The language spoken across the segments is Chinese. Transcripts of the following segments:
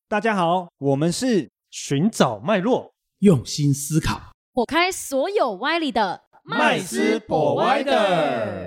大家好，我们是寻找脉络， 用心思考， 破开所有歪理的麦斯博歪的。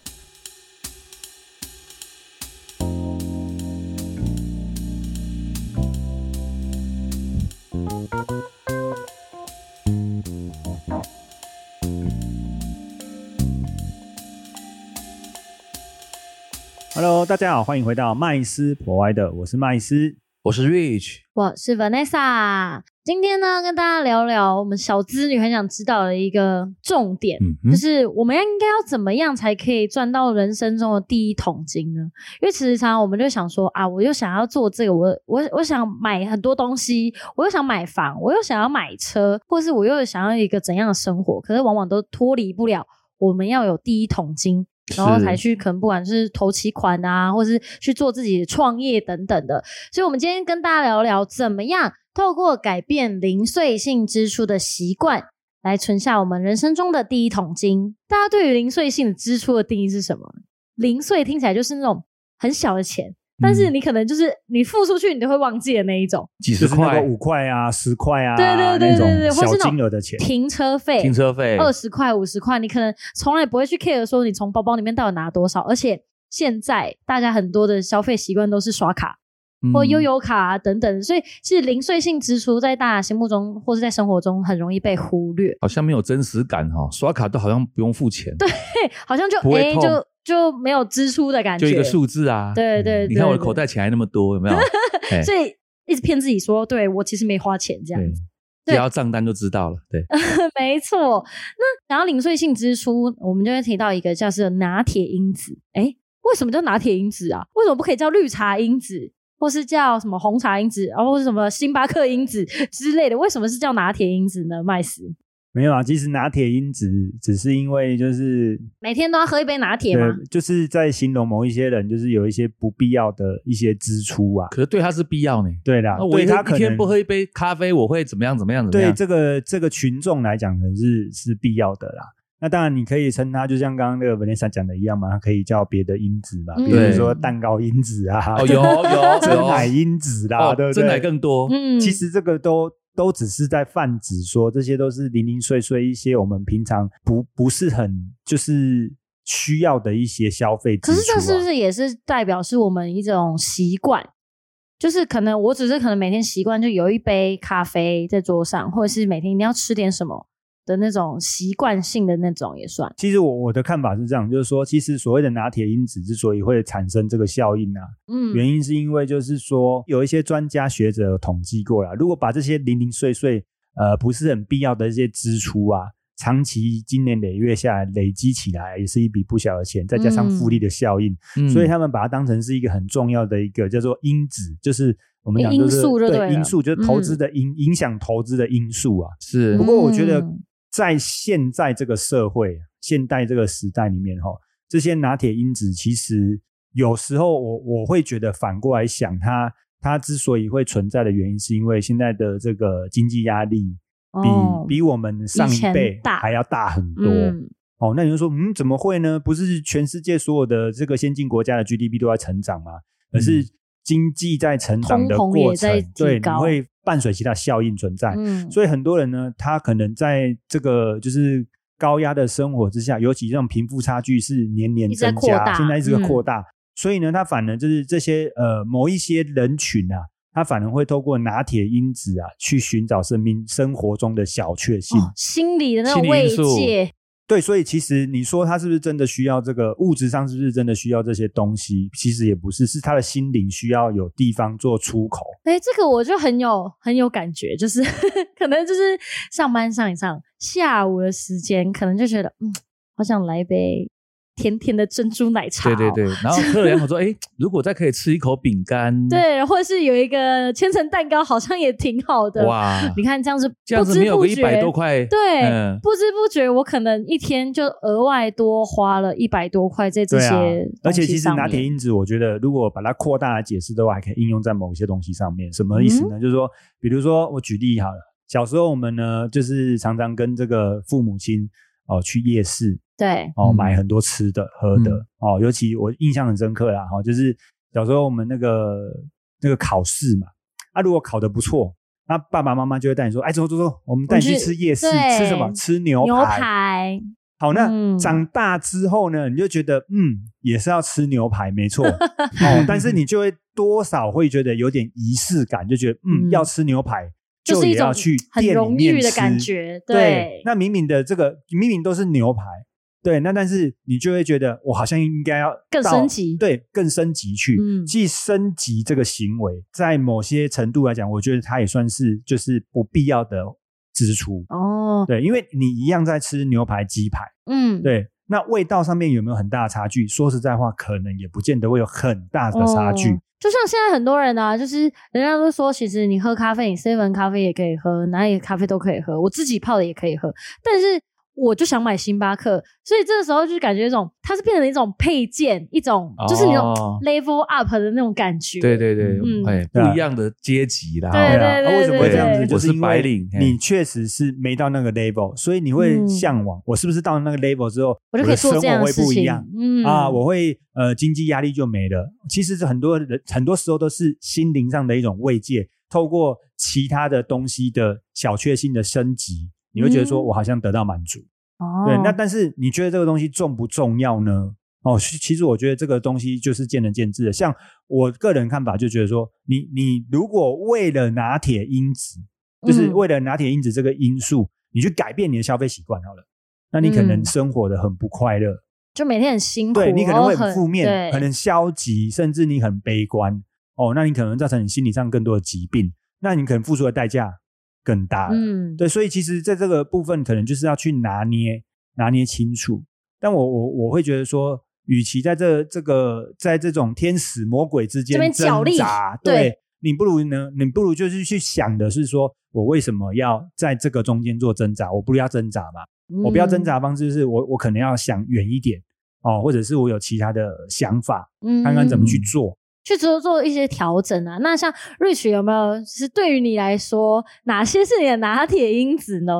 Hello， 大家好，欢迎回到麦斯博歪的，我是麦斯， 我是 Rich， 我是 Vanessa。今天呢，跟大家聊聊我们小资女很想知道的一个重点，就是我们应该要怎么样才可以赚到人生中的第一桶金呢？因为其实常常我们就想说啊，我又想要做这个，我想买很多东西，我又想买房，我又想要买车，或是我又想要一个怎样的生活，可是往往都脱离不了我们要有第一桶金，然后才去可能不管是投期款啊，或是去做自己的创业等等的。所以我们今天跟大家聊聊怎么样透过改变零碎性支出的习惯来存下我们人生中的第一桶金。大家对于零碎性的支出的定义是什么？零碎听起来就是那种很小的钱，但是你可能就是你付出去你都会忘记的那一种， 几十块、 5块啊、10块啊， 对对对对对， 那种小金额的钱， 停车费20块、50块，你可能从来不会去 care 说你从包包里面到底拿多少。而且现在大家很多的消费习惯都是刷卡或悠游卡啊等等，所以其实零碎性支出在大家心目中或是在生活中很容易被忽略， 好像没有真实感哈，刷卡都好像不用付钱， 对，好像就就没有支出的感觉， 就一个数字啊， 对对对， 你看我的口袋钱还那么多，有没有？ 所以一直骗自己说，对我其实没花钱这样子， 只要账单就知道了，对， 没错。那然后零碎性支出，我们就会提到一个叫做拿铁因子。诶，为什么叫拿铁因子啊？为什么不可以叫绿茶因子，或是叫什么红茶因子，或是什么星巴克因子之类的？为什么是叫拿铁因子呢？麦斯没有啊，其实拿铁因子只是因为就是每天都要喝一杯拿铁吗？ 就是在形容某一些人就是有一些不必要的一些支出啊。 可是对他是必要呢。 对啦， 我对他可能一天不喝一杯咖啡我会怎么样怎么样怎么样。 对这个群众来讲可能是必要的啦。那当然你可以称它就像刚刚那个 Vanessa 讲的一样嘛，它可以叫别的因子嘛，比如说蛋糕因子啊， 有真奶因子啦，对不对？ 真奶更多。 其实这个都只是在泛指说这些都是零零碎碎一些我们平常不是很就是需要的一些消费支出啊。可是这是不是也是代表是我们一种习惯？就是可能我只是可能每天习惯就有一杯咖啡在桌上，或者是每天一定要吃点什么的那种习惯性的那种也算。 其实我的看法是这样，就是说其实所谓的拿铁因子之所以会产生这个效应啊，原因是因为就是说有一些专家学者有统计过啦，如果把这些零零碎碎不是很必要的一些支出啊，长期经年累月下来累积起来也是一笔不小的钱，再加上复利的效应，所以他们把它当成是一个很重要的一个叫做因子，就是我们讲就是因素就对了， 因素就是投资的影响投资的因素啊。 是， 不过我觉得在现在这个社会现代这个时代里面这些拿铁因子其实有时候我会觉得反过来想，它之所以会存在的原因是因为现在的这个经济压力比我们上一辈还要大很多。那你就说怎么会呢？不是全世界所有的这个先进国家的 GDP 都在成长吗？而是经济在成长的过程，对，你会伴随其他效应存在。所以很多人呢，他可能在这个就是高压的生活之下，尤其这种贫富差距是年年增加，现在一直在扩大，所以呢，他反而就是这些某一些人群啊，他反而会透过拿铁因子啊，去寻找生活中的小确幸， 心理的那种慰藉。 对，所以其实你说他是不是真的需要这个物质上是不是真的需要这些东西，其实也不是，是他的心灵需要有地方做出口。 这个我就很有感觉，就是可能就是上班上一上，下午的时间可能就觉得好想来一杯甜甜的珍珠奶茶， 对对对，然后喝了两口说如果再可以吃一口饼干， 对，或者是有一个千层蛋糕好像也挺好的。哇，你看这样子不知不觉没有个100多块， 对，不知不觉我可能一天就额外多花了100多块在这些东西上面。 而且其实拿铁因子我觉得如果把它扩大来解释的话，还可以应用在某些东西上面。什么意思呢？就是说比如说我举例好了，小时候我们呢就是常常跟这个父母亲去夜市， 对， 买很多吃的喝的，尤其我印象很深刻啦，就是小时候我们那个考试嘛， 如果考得不错，那爸爸妈妈就会带你说，哎，走，我们带你去吃夜市，吃什么？吃牛排。好，那长大之后呢，你就觉得也是要吃牛排，没错但是你就会多少会觉得有点仪式感，就觉得要吃牛排就也要去店里面吃，就是一种很荣誉的感觉。 对， 那明明都是牛排，对，那但是你就会觉得我好像应该要更升级， 对，更升级去既升级这个行为，在某些程度来讲，我觉得它也算是就是不必要的支出对，因为你一样在吃牛排鸡排对，那味道上面有没有很大的差距？说实在话，可能也不见得会有很大的差距就像现在很多人啊，就是人家都说其实你喝咖啡，你 7 咖啡也可以喝，哪里的咖啡都可以喝，我自己泡的也可以喝，但是我就想买星巴克，所以这个时候就感觉它是变成一种配件，一种就是那种 level up 的那种感觉。 对，不一样的阶级啦。 对， 为什么会这样子？就是我是白领， 你确实是没到那个 level， 所以你会向往，我是不是到那个 level 之后， 我就可以做这样的事情， 我的生活会不一样我会经济压力就没了。其实很多时候都是心灵上的一种慰藉，透过其他的东西的小确幸的升级。你会觉得说我好像得到满足对，那但是你觉得这个东西重不重要呢？其实我觉得这个东西就是见仁见智的。像我个人看法就觉得说你如果为了拿铁因子就是为了拿铁因子这个因素你去改变你的消费习惯好了，那你可能生活的很不快乐就每天很辛苦， 对，你可能会很负面，可能消极，甚至你很悲观那你可能造成你心理上更多的疾病，那你可能付出的代价更大了对，所以其实在这个部分可能就是要去拿捏清楚。但我会觉得说与其在这种天使魔鬼之间挣扎，对，你不如就是去想的是说我为什么要在这个中间做挣扎，我不要挣扎嘛我不要挣扎的方式是我可能要想远一点或者是我有其他的想法看看怎么去做去做一些调整啊。那像 Rich 有没有是对于你来说哪些是你的拿铁因子呢？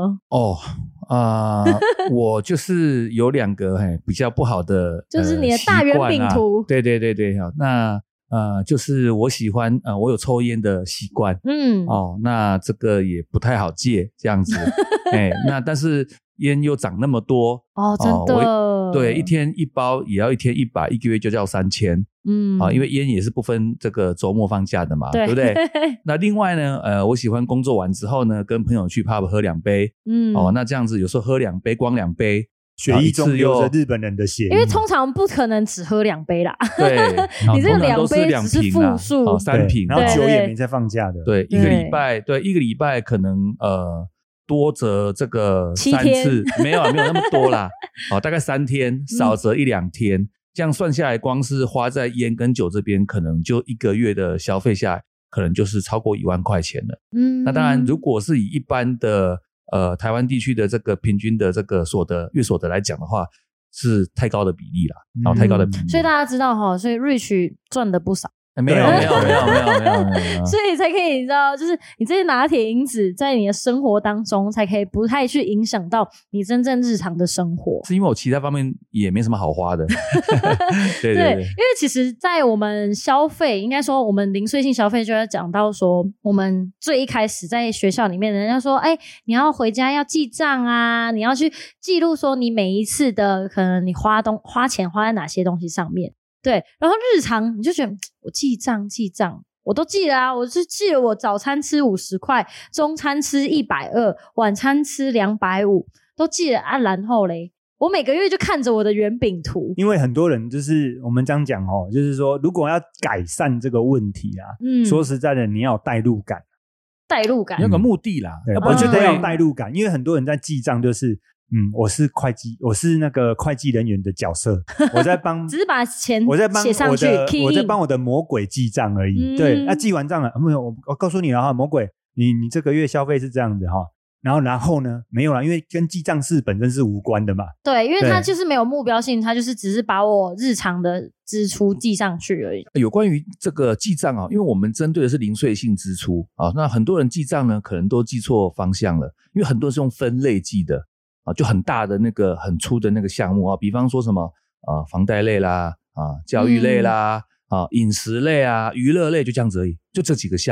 我就是有2个比较不好的就是你的大圆饼图对那就是我喜欢我有抽烟的习惯那这个也不太好戒这样子那但是烟又涨那么多真的对，一天1包也要一天100，一个月就叫3000因为烟也是不分这个周末放假的嘛， 对不对？那另外呢我喜欢工作完之后呢跟朋友去 pub 喝2杯那这样子有时候喝2杯光2杯血液中流着日本人的血液， 因为通常不可能只喝2杯啦对你这2杯只是负数 3瓶然后酒也没在放假的对，一个礼拜可能多则这个3次没有那么多啦大概3天少则1-2天这样算下来光是花在烟跟酒这边可能就1个月的消费下来可能就是超过1万块钱了那当然如果是以一般的台湾地区的这个平均的这个月所得来讲的话是太高的比例啦太高的比例所以大家知道所以 Rich 赚的不少没有所以才可以你知道就是你这些拿铁因子在你的生活当中才可以不太去影响到你真正日常的生活是因为我其他方面也没什么好花的对因为其实在我们消费应该说我们零碎性消费就要讲到说我们最一开始在学校里面人家说你要回家要记账啊你要去记录说你每一次的可能你花钱花在哪些东西上面对，然后日常你就觉得我记账我都记了我是记了我早餐吃50块中餐吃120晚餐吃250都记了然后嘞我每个月就看着我的圆饼图因为很多人就是我们这样讲就是说如果要改善这个问题说实在的你要有代入感你有个目的啦我觉得要有代入感因为很多人在记账就是我是我是那个会计人员的角色我在帮只是把钱写上去我在帮我的魔鬼记账而已对那记完账了我告诉你了魔鬼你这个月消费是这样子然后呢没有啦因为跟记账式本身是无关的嘛对因为它就是没有目标性它就是只是把我日常的支出记上去而已有关于这个记账因为我们针对的是零碎性支出那很多人记账呢可能都记错方向了因为很多人是用分类记的就很大的那个很粗的那个项目比方说什么房贷类啦教育类啦饮食类娱乐类就这样子而已就这几个项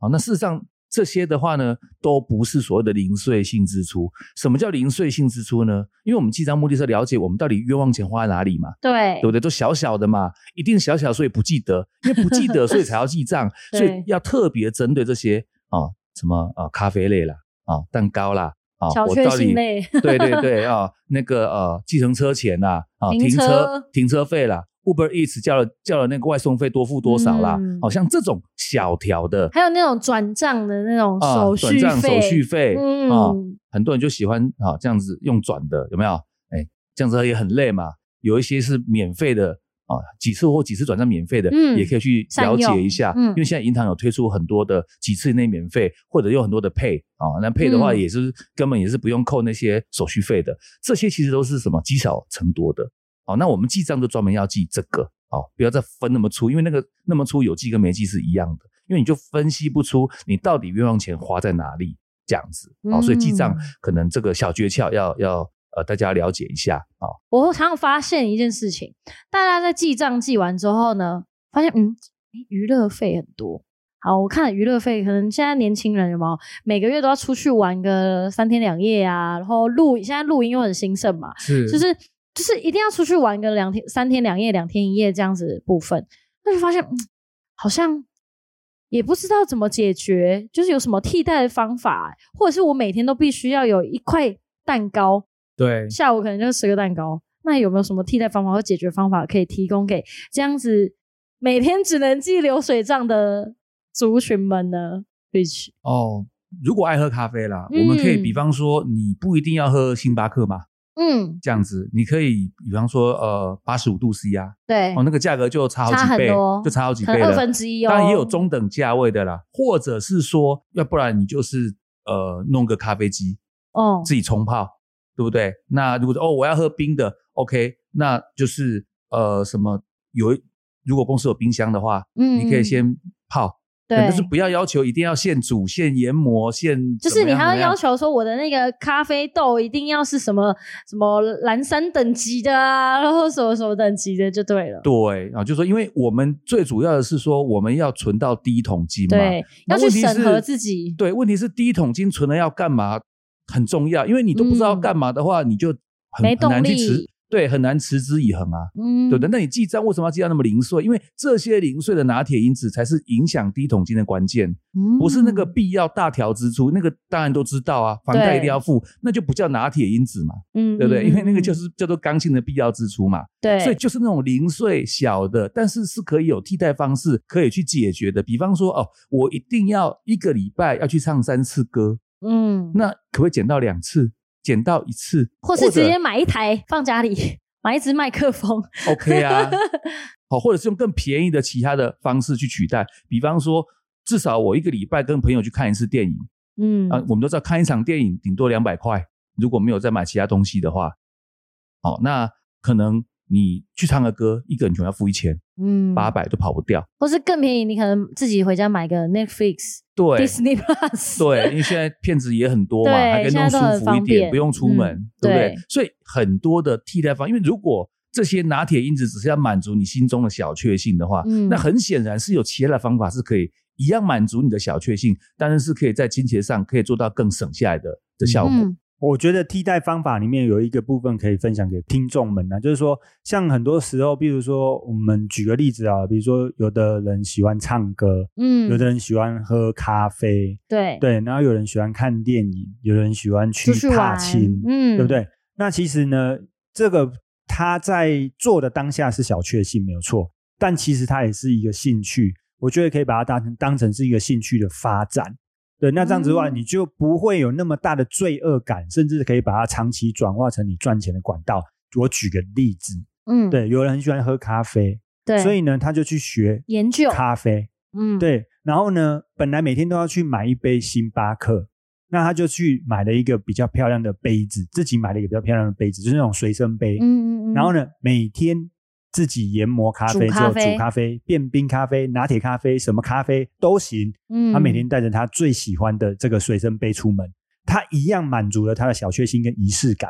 那事实上这些的话呢，都不是所谓的零碎性支出。什么叫零碎性支出呢？因为我们记账目的是了解我们到底冤枉钱花在哪里嘛， 对不对？都小小的嘛，一定小小，所以不记得，因为不记得所以才要记账所以要特别针对这些什么咖啡类啦蛋糕啦小确幸类对对对那个计程车钱啦停车费啦Uber Eats 叫了那个外送费多付多少啦像这种小条的， 还有那种转账的那种手续费转账手续费很多人就喜欢这样子用转的，有没有这样子也很累嘛，有一些是免费的几次转账免费的也可以去了解一下因为现在银行有推出很多的几次内免费，或者有很多的 Pay 那 Pay 的话也是根本也是不用扣那些手续费的，这些其实都是什么积少成多的那我们记账就专门要记这个不要再分那么粗，因为那个那么粗有记跟没记是一样的，因为你就分析不出你到底冤枉钱花在哪里这样子所以记账可能这个小诀窍要大家了解一下我常常发现一件事情，大家在记账记完之后呢，发现娱乐费很多。好，我看娱乐费可能现在年轻人有没有每个月都要出去玩个3天2夜啊，然后现在露营又很兴盛嘛，就是一定要出去玩个3天2夜2天1夜这样子的部分，那就发现好像也不知道怎么解决，就是有什么替代的方法或者是我每天都必须要有一块蛋糕， 对， 下午可能就吃个蛋糕，那有没有什么替代方法或解决方法可以提供给这样子每天只能记流水账的族群们呢？ 如果爱喝咖啡啦我们可以比方说你不一定要喝星巴克嘛这样子你可以比方说85度 C 对那个价格就差好几倍，就差好几倍了 1/2 当然也有中等价位的啦，或者是说要不然你就是弄个咖啡机自己冲泡，对不对？那如果说我要喝冰的 OK 那就是什么如果公司有冰箱的话你可以先泡但是不要要求一定要现煮现研磨就是你还要要求说我的那个咖啡豆一定要是什么蓝山等级的然后什么什么等级的就对了。 对就是说因为我们最主要的是说我们要存到第一桶金嘛， 对，要去审核自己。 对，问题是第一桶金存了要干嘛很重要，因为你都不知道干嘛的话你就没动力， 很难去对，很难持之以恒对不对？那你记账为什么要记到那么零碎？因为这些零碎的拿铁因子才是影响第一桶金的关键不是那个必要大条支出，那个当然都知道房贷一定要付，那就不叫拿铁因子嘛对不对？因为那个就是叫做刚性的必要支出嘛对， 所以就是那种零碎小的但是是可以有替代方式可以去解决的，比方说我一定要1个礼拜要去唱3次歌那可不可以减到2次，减到1次， 或是直接买一台放家里，买一支麦克风 OK 或者是用更便宜的其他的方式去取代，比方说至少我1个礼拜跟朋友去看1次电影我们都知道看一场电影顶多200块，如果没有再买其他东西的话那可能你去唱个歌1个人全要付1000 800都跑不掉， 或是更便宜你可能自己回家买个 Netflix 对 Disney Plus 对，因为现在片子也很多嘛还可以弄舒服一点不用出门对不对？所以很多的替代方，因为如果这些拿铁因子只是要满足你心中的小确幸的话那很显然是有其他的方法是可以一样满足你的小确幸，但是可以在金钱上可以做到更省下来的效果我觉得替代方法里面有一个部分可以分享给听众们就是说像很多时候比如说我们举个例子比如说有的人喜欢唱歌有的人喜欢喝咖啡对，然后有人喜欢看电影，有人喜欢去踏青对不对？那其实呢这个他在做的当下是小确幸没有错，但其实它也是一个兴趣，我觉得可以把它当成是一个兴趣的发展对，那这样子的话你就不会有那么大的罪恶感甚至可以把它长期转化成你赚钱的管道。我举个例子对，有人很喜欢喝咖啡对，所以呢他就去学研究咖啡对，然后呢本来每天都要去买一杯星巴克，那他就去买了一个比较漂亮的杯子，自己买了一个比较漂亮的杯子，就是那种随身杯然后呢每天自己研磨咖啡之后煮咖啡变冰咖啡拿铁咖啡什么咖啡都行他每天带着他最喜欢的这个随身杯出门，他一样满足了他的小确幸跟仪式感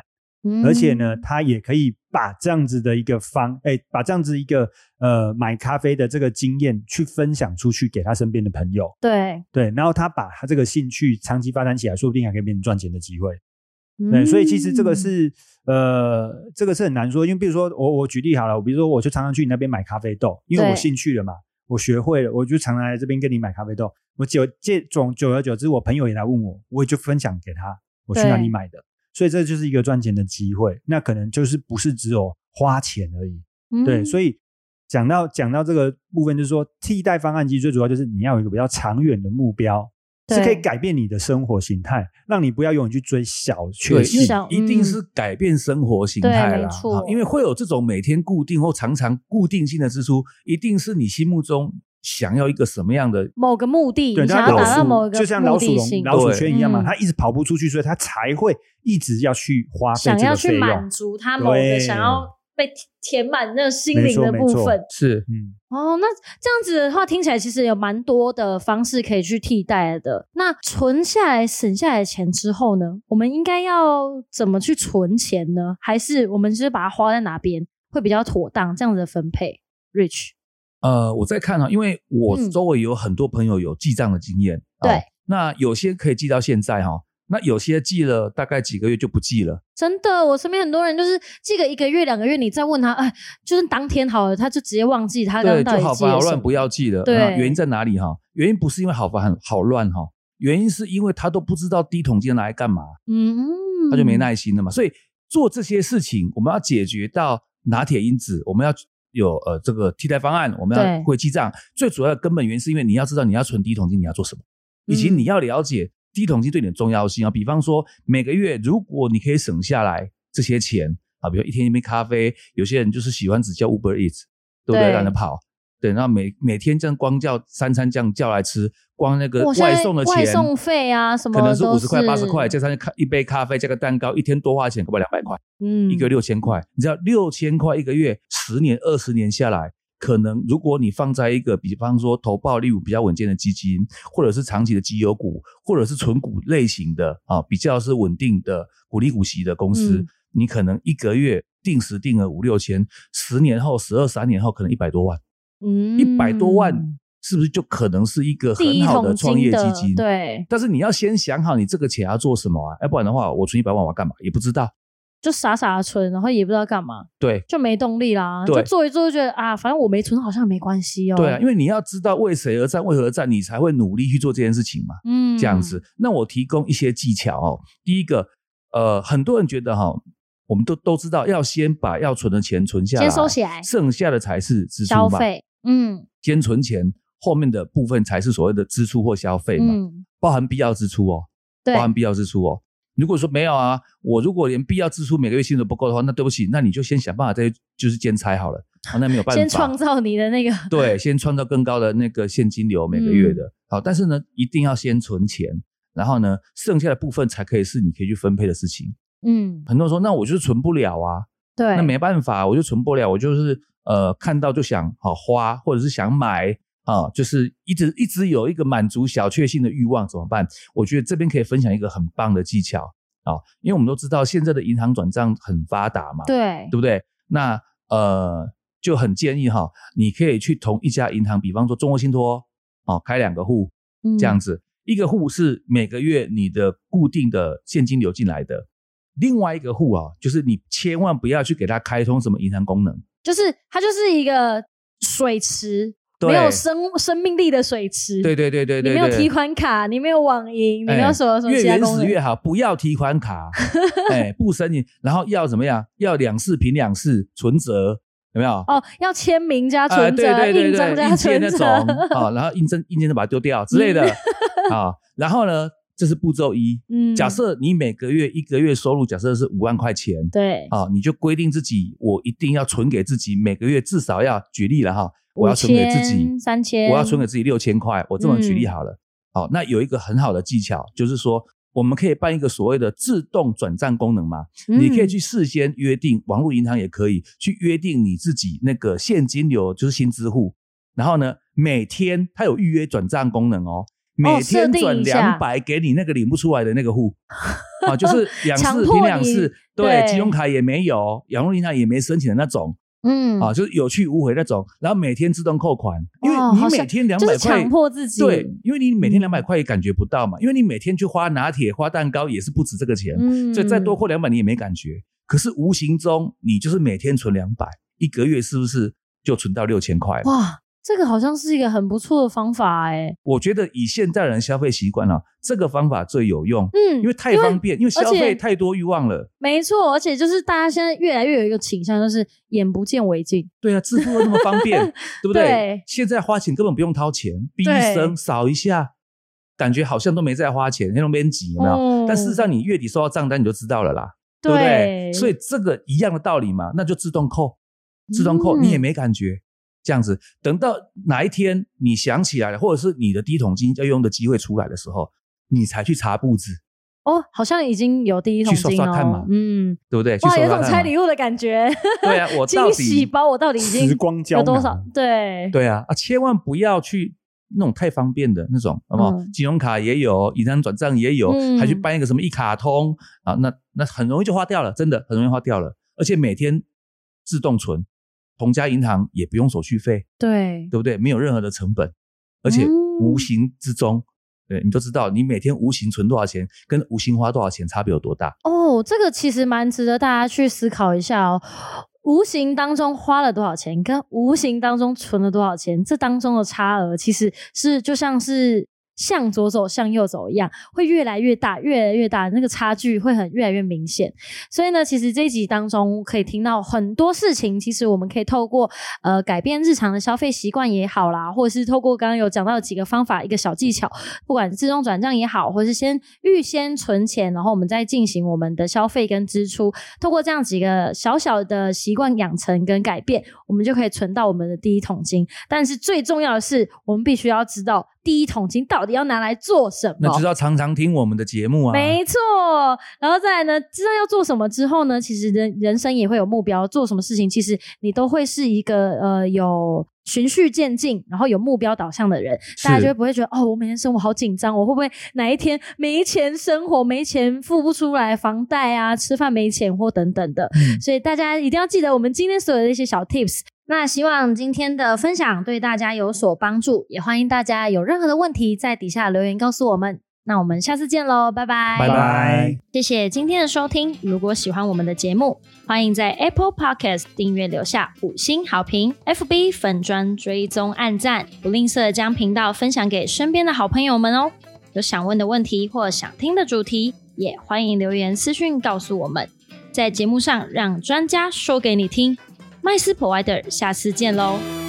而且呢他也可以把这样子的一个把这样子一个买咖啡的这个经验去分享出去给他身边的朋友。 对， 然后他把他这个兴趣长期发展起来，说不定还可以变成赚钱的机会。对，所以其实这个是很难说，因为比如说我举例好了，比如说我就常常去你那边买咖啡豆，因为我兴趣了嘛，我学会了，我就常常来这边跟你买咖啡豆。我久而久之，我朋友也来问我，我也就分享给他我去哪里买的，所以这就是一个赚钱的机会。那可能就是不是只有花钱而已。对，所以讲到这个部分，就是说替代方案其实最主要就是你要有一个比较长远的目标，是可以改变你的生活形态，让你不要永远去追小确幸。 一定是改变生活形态啦，因为会有这种每天固定或常常固定性的支出，一定是你心目中想要一个什么样的某个目的， 对， 你想要达到某个目的性， 就像老鼠圈一样嘛，他一直跑不出去，所以他才会一直要去花费这个费用， 想要去满足他某个想要被填满那个心灵的部分。 是那这样子的话听起来其实有蛮多的方式可以去替代的。那存下来省下来的钱之后呢，我们应该要怎么去存钱呢？还是我们就是把它花在哪边会比较妥当，这样子的分配 Rich？ 我在看因为我周围有很多朋友有记账的经验， 对， 那有些可以记到现在那有些记了大概几个月就不记了。 真的，我身边很多人就是记个1个月2个月，你再问他就是当天好了，他就直接忘记他刚刚到底记了什么。 对，就好烦好乱不要记了。 对， 原因在哪里原因不是因为好烦好乱原因是因为他都不知道第一桶金拿来干嘛，他就没耐心了嘛。所以做这些事情我们要解决到拿铁因子，我们要有这个替代方案，我们要会记账。最主要的根本原因是因为你要知道你要存第一桶金你要做什么，以及你要了解第一桶金对你的重要性比方说每个月如果你可以省下来这些钱比如一天一杯咖啡，有些人就是喜欢只叫 Uber Eats， 对不对？懒得跑。对，然后每天这样光叫3餐这样叫来吃，光那个外送的钱， 外送费啊什么可能是50块80块，加上一杯咖啡加个蛋糕，一天多花钱，搞不好200块，一个月6000块。你知道6000块一个月10年20年下来，可能如果你放在一个比方说投报率比较稳健的基金，或者是长期的绩优股，或者是纯股类型的比较是稳定的股利股息的公司，你可能一个月定时定额5-6千，10年后12、13年后可能100多万，100多万是不是就可能是一个很好的创业基金？ 对， 但是你要先想好你这个钱要做什么要不然的话我存100万我要干嘛也不知道， 就傻傻的存，然后也不知道干嘛， 对， 就没动力啦。就做一做就觉得反正我没存好像没关系对啊，因为你要知道为谁而战为何而战，你才会努力去做这件事情嘛。这样子。那我提供一些技巧第一个很多人觉得我们都知道要先把要存的钱存下来， 先收起来， 剩下的才是支出嘛， 消费。 先存钱，后面的部分才是所谓的支出或消费嘛，包含必要支出对， 包含必要支出如果说没有我如果连必要支出每个月薪水不够的话，那对不起，那你就先想办法再就是兼差好了那没有办法， 先创造你的那个对，先创造更高的那个现金流每个月的好，但是呢一定要先存钱，然后呢剩下的部分才可以是你可以去分配的事情。很多人说那我就是存不了对， 那没办法，我就存不了，我就是看到就想花或者是想买就是一直有一个满足小确幸的欲望怎么办？我觉得这边可以分享一个很棒的技巧因为我们都知道现在的银行转账很发达嘛， 对不对？那就很建议你可以去同一家银行，比方说中国信托开2个户这样子，一个户是每个月你的固定的现金流进来的，另外一个户就是你千万不要去给它开通什么银行功能， 就是它就是一个水池，没有生命力的水池。 对， 你没有提款卡，你没有网银，你没有什么其他功能， 越原始越好，不要提款卡不申请，然后要怎么样？要2次凭2次存折，有没有？ 要签名加存折， 对印章加存折那种然后印证就把它丢掉之类的然后呢这是步骤1。假设你每个月1个月收入假设是5万块钱， 对你就规定自己我一定要存给自己每个月至少要举例了我要存给自己 3000， 我要存给自己6000块，我这么举例好了那有一个很好的技巧，就是说我们可以办一个所谓的自动转账功能嘛，你可以去事先约定，网络银行也可以去约定你自己那个现金流就是新支户，然后呢每天它有预约转账功能每天转200给你那个领不出来的那个户就是两次凭两次，对，金融卡也没有，养老银行也没申请的那种。就是有去无回那种，然后每天自动扣款，因为你每天200块， 就是强迫自己， 对，因为你每天200块也感觉不到嘛，因为你每天去花拿铁、花蛋糕也是不止这个钱，所以再多扣200你也没感觉。可是无形中你就是每天存200，一个月是不是就存到6000块了？ 哇！这个好像是一个很不错的方法欸。 我觉得以现代人消费习惯这个方法最有用。因为太方便，因为消费太多欲望了。 没错，而且就是大家现在越来越有一个倾向，就是眼不见为净。 对啊，支付又那么方便，对不对？对，现在花钱根本不用掏钱，哔一声扫一下，感觉好像都没在花钱，那种边挤有没有？但事实上你月底收到账单你就知道了啦，对不对？所以这个一样的道理嘛，那就自动扣，你也没感觉。这样子，等到哪一天你想起来了，或者是你的第一桶金要用的机会出来的时候，你才去查簿子。好像已经有第一桶金去刷刷看嘛，对不对？ 哇，有种拆礼物的感觉。 对啊，我到底惊喜包我到底已经有多少？对啊，千万不要去那种太方便的那种，好不好？金融卡也有，银行转账也有，还去办一个什么一卡通啊，那很容易就花掉了，真的很容易花掉了，而且每天自动存。同家银行也不用手续费，对不对？没有任何的成本，而且无形之中，对，你都知道，你每天无形存多少钱，跟无形花多少钱差别有多大。 这个其实蛮值得大家去思考一下哦。无形当中花了多少钱，跟无形当中存了多少钱，这当中的差额其实是就像是向左走向右走一样，会越来越大越来越大，那个差距会越来越明显。所以呢，其实这一集当中可以听到很多事情，其实我们可以透过改变日常的消费习惯也好啦，或者是透过刚刚有讲到的几个方法，一个小技巧，不管自动转账也好，或者是预先存钱，然后我们再进行我们的消费跟支出，透过这样几个小小的习惯养成跟改变，我们就可以存到我们的第一桶金。但是最重要的是，我们必须要知道第一桶金到底要拿来做什么？ 那就是要常常听我们的节目啊。 没错，然后再来呢，知道要做什么之后呢，其实人生也会有目标，做什么事情其实你都会是一个有循序渐进，然后有目标导向的人，大家就会不会觉得我每天生活好紧张，我会不会哪一天没钱生活，没钱付不出来房贷啊，吃饭没钱或等等的。所以大家一定要记得我们今天所有的一些小 tips。那希望今天的分享对大家有所帮助，也欢迎大家有任何的问题在底下留言告诉我们。那我们下次见咯，拜拜拜拜。 谢谢今天的收听，如果喜欢我们的节目，欢迎在 Apple Podcast 订阅留下5星好评， FB 粉专追踪按赞，不吝啬将频道分享给身边的好朋友们哦。有想问的问题或想听的主题，也欢迎留言私讯告诉我们，在节目上让专家说给你听。麦斯 Provider 下次见咯。